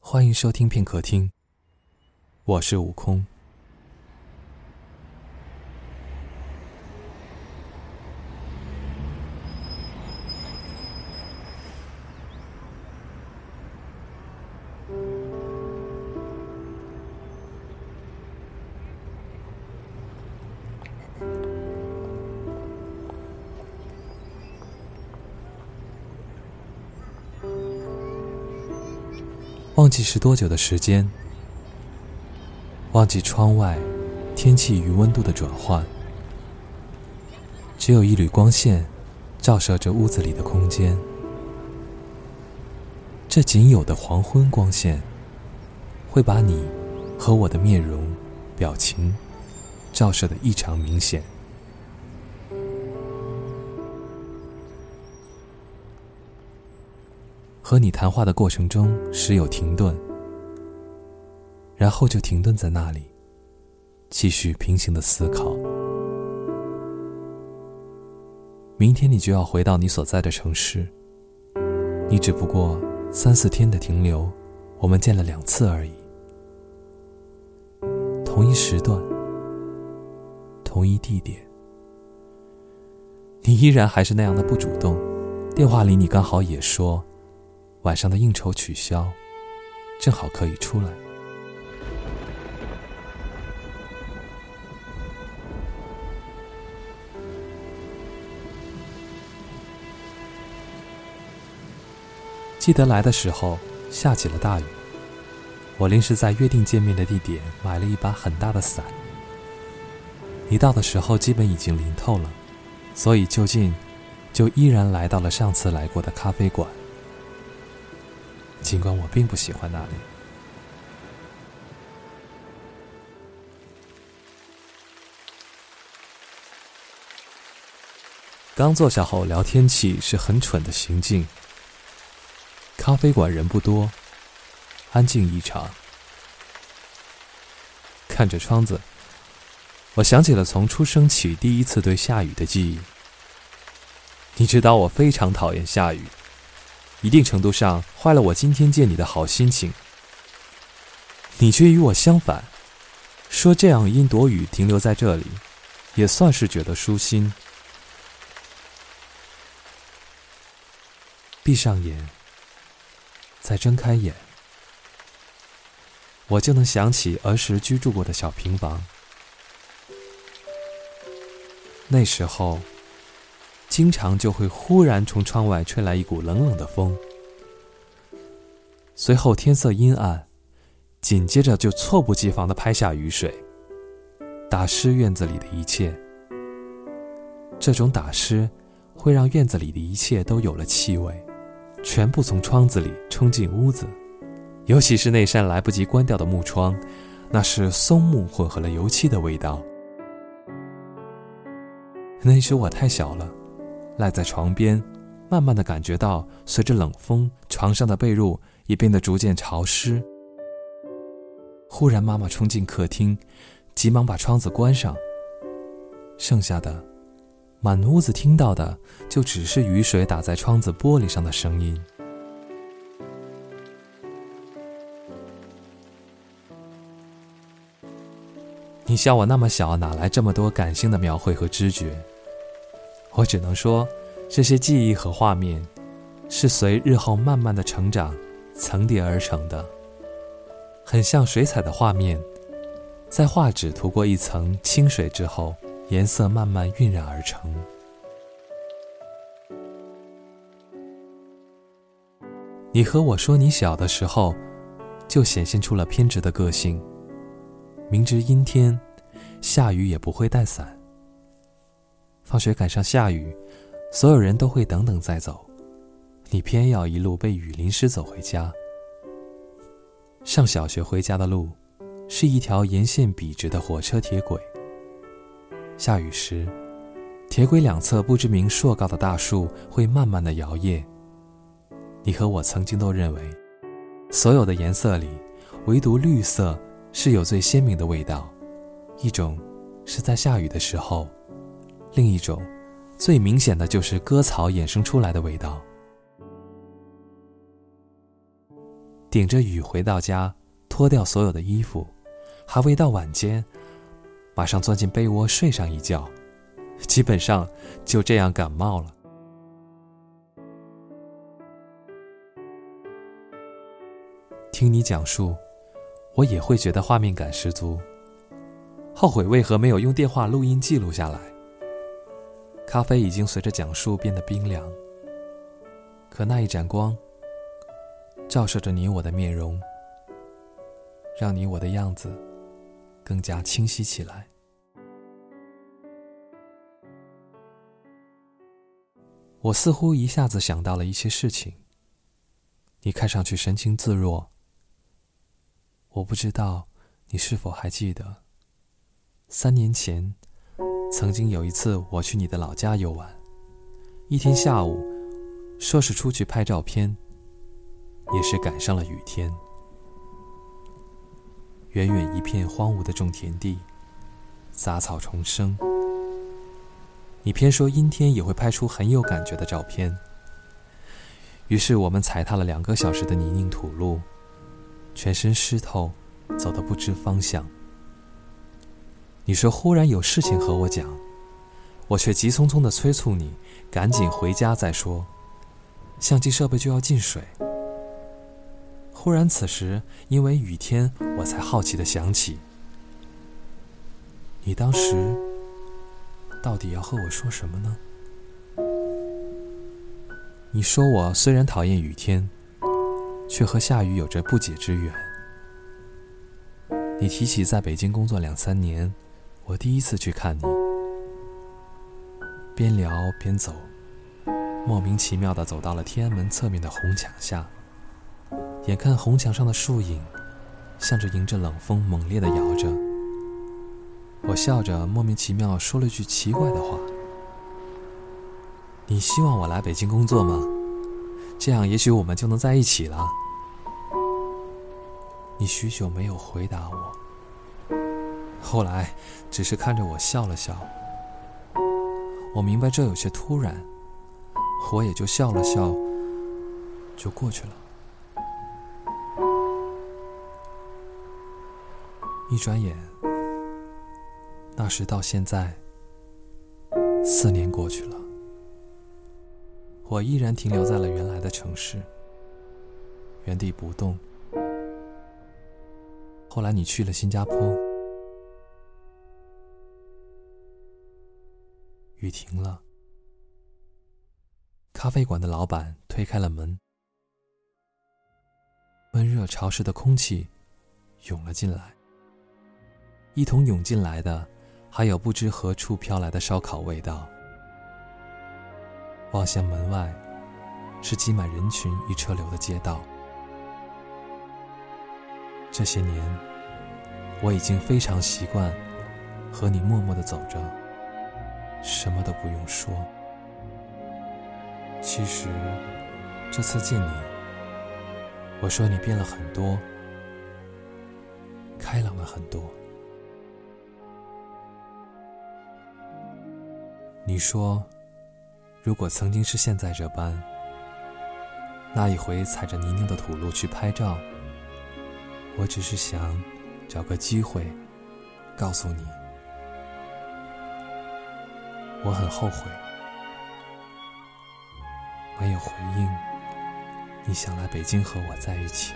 欢迎收听片刻听，我是悟空。忘记是多久的时间，忘记窗外天气与温度的转换，只有一缕光线照射着屋子里的空间。这仅有的黄昏光线会把你和我的面容、表情照射得异常明显。和你谈话的过程中时有停顿，然后就停顿在那里，继续平行的思考。明天你就要回到你所在的城市，你只不过3-4天的停留，我们见了2次而已。同一时段，同一地点，你依然还是那样的不主动。电话里你刚好也说晚上的应酬取消，正好可以出来。记得来的时候下起了大雨，我临时在约定见面的地点买了一把很大的伞。你到的时候基本已经淋透了，所以就近就依然来到了上次来过的咖啡馆。尽管我并不喜欢那里。刚坐下后聊天气是很蠢的行径。咖啡馆人不多，安静异常。看着窗子，我想起了从出生起第一次对下雨的记忆。你知道我非常讨厌下雨，一定程度上坏了我今天见你的好心情。你却与我相反，说这样因躲雨停留在这里，也算是觉得舒心。闭上眼，再睁开眼，我就能想起儿时居住过的小平房。那时候经常就会忽然从窗外吹来一股冷冷的风，随后天色阴暗，紧接着就猝不及防地拍下雨水，打湿院子里的一切。这种打湿会让院子里的一切都有了气味，全部从窗子里冲进屋子，尤其是那扇来不及关掉的木窗，那是松木混合了油漆的味道。那时我太小了，赖在床边，慢慢地感觉到随着冷风，床上的被褥也变得逐渐潮湿。忽然妈妈冲进客厅，急忙把窗子关上，剩下的满屋子听到的就只是雨水打在窗子玻璃上的声音。你像我那么小，哪来这么多感性的描绘和知觉？我只能说，这些记忆和画面是随日后慢慢的成长层叠而成的，很像水彩的画面，在画纸涂过一层清水之后，颜色慢慢晕染而成。你和我说你小的时候就显现出了偏执的个性，明知阴天下雨也不会带伞，放学赶上下雨，所有人都会等等再走，你偏要一路被雨淋湿走回家。上小学回家的路是一条沿线笔直的火车铁轨，下雨时铁轨两侧不知名硕高的大树会慢慢地摇曳。你和我曾经都认为，所有的颜色里唯独绿色是有最鲜明的味道，一种是在下雨的时候，另一种最明显的就是割草衍生出来的味道。 顶着雨回到家，脱掉所有的衣服，还未到晚间，马上钻进被窝睡上一觉，基本上就这样感冒了。听你讲述，我也会觉得画面感十足，后悔为何没有用电话录音记录下来。咖啡已经随着讲述变得冰凉，可那一盏光照射着你我的面容，让你我的样子更加清晰起来。我似乎一下子想到了一些事情，你看上去神情自若，我不知道你是否还记得，3年前曾经有一次我去你的老家游玩，一天下午说是出去拍照片，也是赶上了雨天。远远一片荒芜的种田地，杂草丛生，你偏说阴天也会拍出很有感觉的照片。于是我们踩踏了2个小时的泥泞土路，全身湿透，走得不知方向。你说忽然有事情和我讲，我却急匆匆地催促你赶紧回家再说，相机设备就要进水。忽然此时因为雨天，我才好奇地想起，你当时到底要和我说什么呢？你说我虽然讨厌雨天，却和下雨有着不解之缘。你提起在北京工作2-3年，我第一次去看你，边聊边走，莫名其妙地走到了天安门侧面的红墙下，眼看红墙上的树影像着迎着冷风猛烈地摇着，我笑着莫名其妙说了句奇怪的话，你希望我来北京工作吗？这样也许我们就能在一起了。你许久没有回答我，后来只是看着我笑了笑。我明白这有些突然，我也就笑了笑，就过去了。一转眼，那时到现在4年过去了，我依然停留在了原来的城市，原地不动。后来你去了新加坡，雨停了，咖啡馆的老板推开了门，温热潮湿的空气涌了进来，一同涌进来的还有不知何处飘来的烧烤味道。望向门外，是挤满人群与车流的街道。这些年，我已经非常习惯和你默默地走着，什么都不用说。其实，这次见你，我说你变了很多，开朗了很多。你说，如果曾经是现在这般，那一回踩着泥泞的土路去拍照，我只是想找个机会告诉你，我很后悔没有回应你想来北京和我在一起。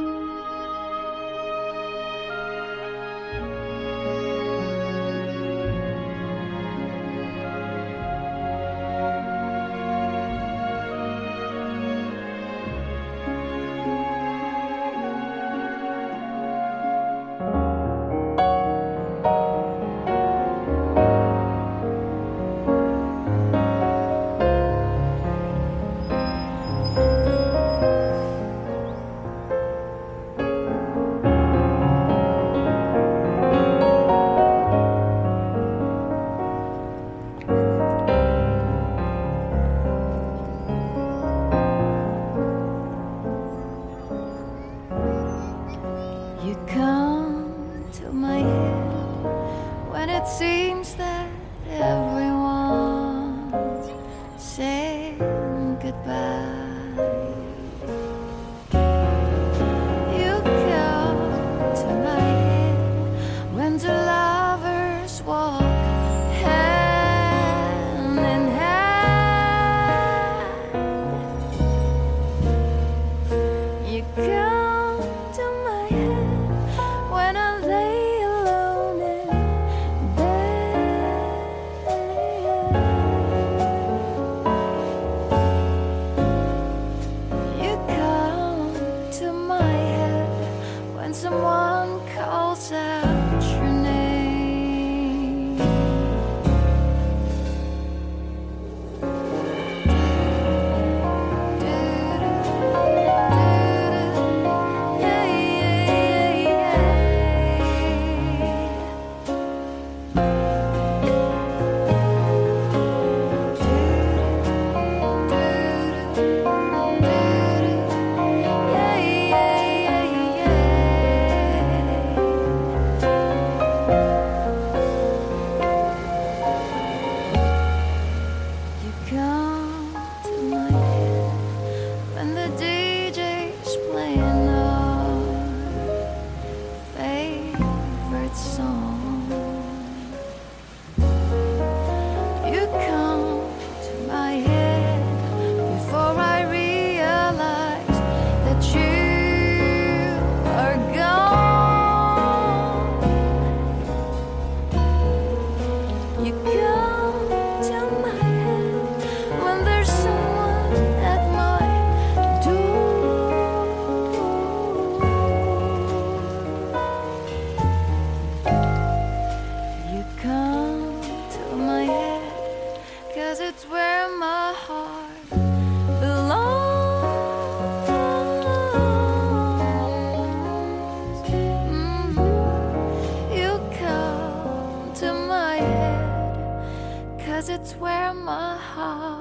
You come to my head when it seems that everyone's saying goodbye. when someone calls out your name. It's where my heart belongs. You come to my head, 'cause it's where my heart